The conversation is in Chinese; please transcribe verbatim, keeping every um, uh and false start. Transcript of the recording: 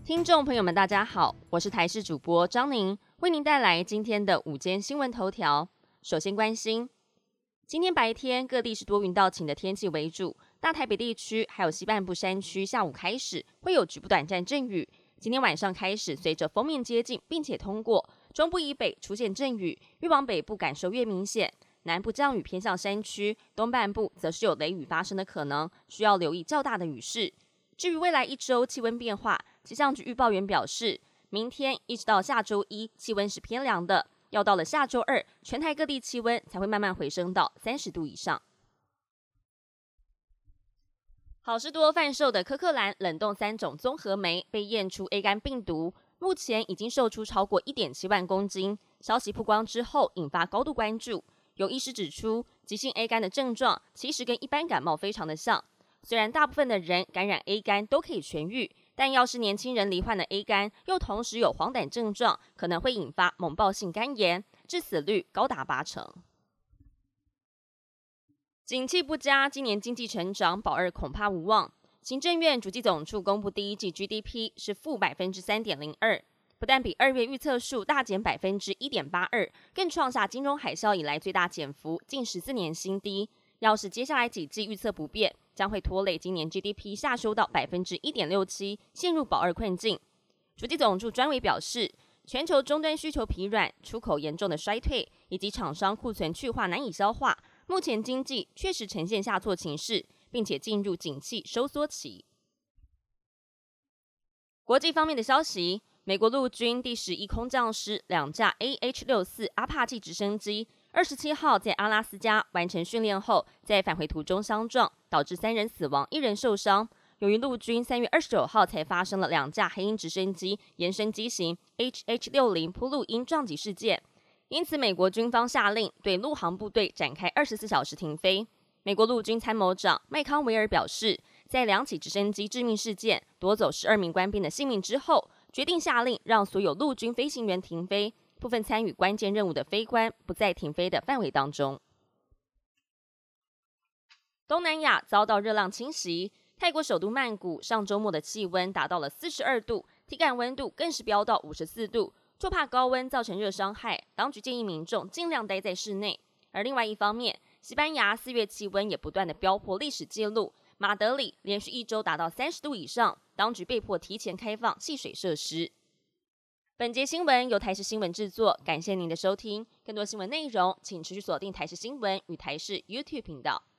听众朋友们，大家好，我是台视主播张宁，为您带来今天的午间新闻头条。首先关心，今天白天各地是多云到晴的天气为主，大台北地区还有西半部山区下午开始会有局部短暂阵雨。今天晚上开始，随着锋面接近并且通过中部以北出现阵雨，越往北部感受越明显。南部降雨偏向山区，东半部则是有雷雨发生的可能，需要留意较大的雨势。至于未来一周气温变化，气象局预报员表示，明天一直到下周一气温是偏凉的，要到了下周二，全台各地气温才会慢慢回升到三十度以上。好事多贩售的科克兰冷冻三种综合酶被验出 A 肝病毒，目前已经售出超过 一点七万公斤。消息曝光之后，引发高度关注。有医师指出，急性 A 肝的症状其实跟一般感冒非常的像。虽然大部分的人感染 A 肝都可以痊愈，但要是年轻人罹患了 A 肝，又同时有黄疸症状，可能会引发猛暴性肝炎，致死率高达八成。景气不佳，今年经济成长保二恐怕无望。行政院主计总处公布第一季 G D P 是负百分之三点零二，不但比二月预测数大减百分之一点八二，更创下金融海啸以来最大减幅，近十四年新低。要是接下来几季预测不变，将会拖累今年 G D P 下修到百分之一点六七，陷入保二困境。主计总处专委表示，全球终端需求疲软、出口严重的衰退，以及厂商库存去化难以消化，目前经济确实呈现下挫情势，并且进入景气收缩期。国际方面的消息，美国陆军第十一空降师两架 A H 六十四 阿帕奇直升机二十七号在阿拉斯加完成训练后，在返回途中相撞，导致三人死亡，一人受伤。由于陆军三月二十九号才发生了两架黑鹰直升机延伸机型 H H 六十铺路鹰撞击事件，因此美国军方下令对陆航部队展开二十四小时停飞。美国陆军参谋长麦康维尔表示，在两起直升机致命事件夺走十二名官兵的性命之后，决定下令让所有陆军飞行员停飞，部分参与关键任务的飞官不在停飞的范围当中。东南亚遭到热浪侵袭，泰国首都曼谷上周末的气温达到了四十二度，体感温度更是飙到五十四度，就怕高温造成热伤害，当局建议民众尽量待在室内。而另外一方面，西班牙四月气温也不断的飙破历史纪录，马德里连续一周达到三十度以上，当局被迫提前开放戏水设施。本节新闻由台视新闻制作，感谢您的收听。更多新闻内容，请持续锁定台视新闻与台视 YouTube 频道。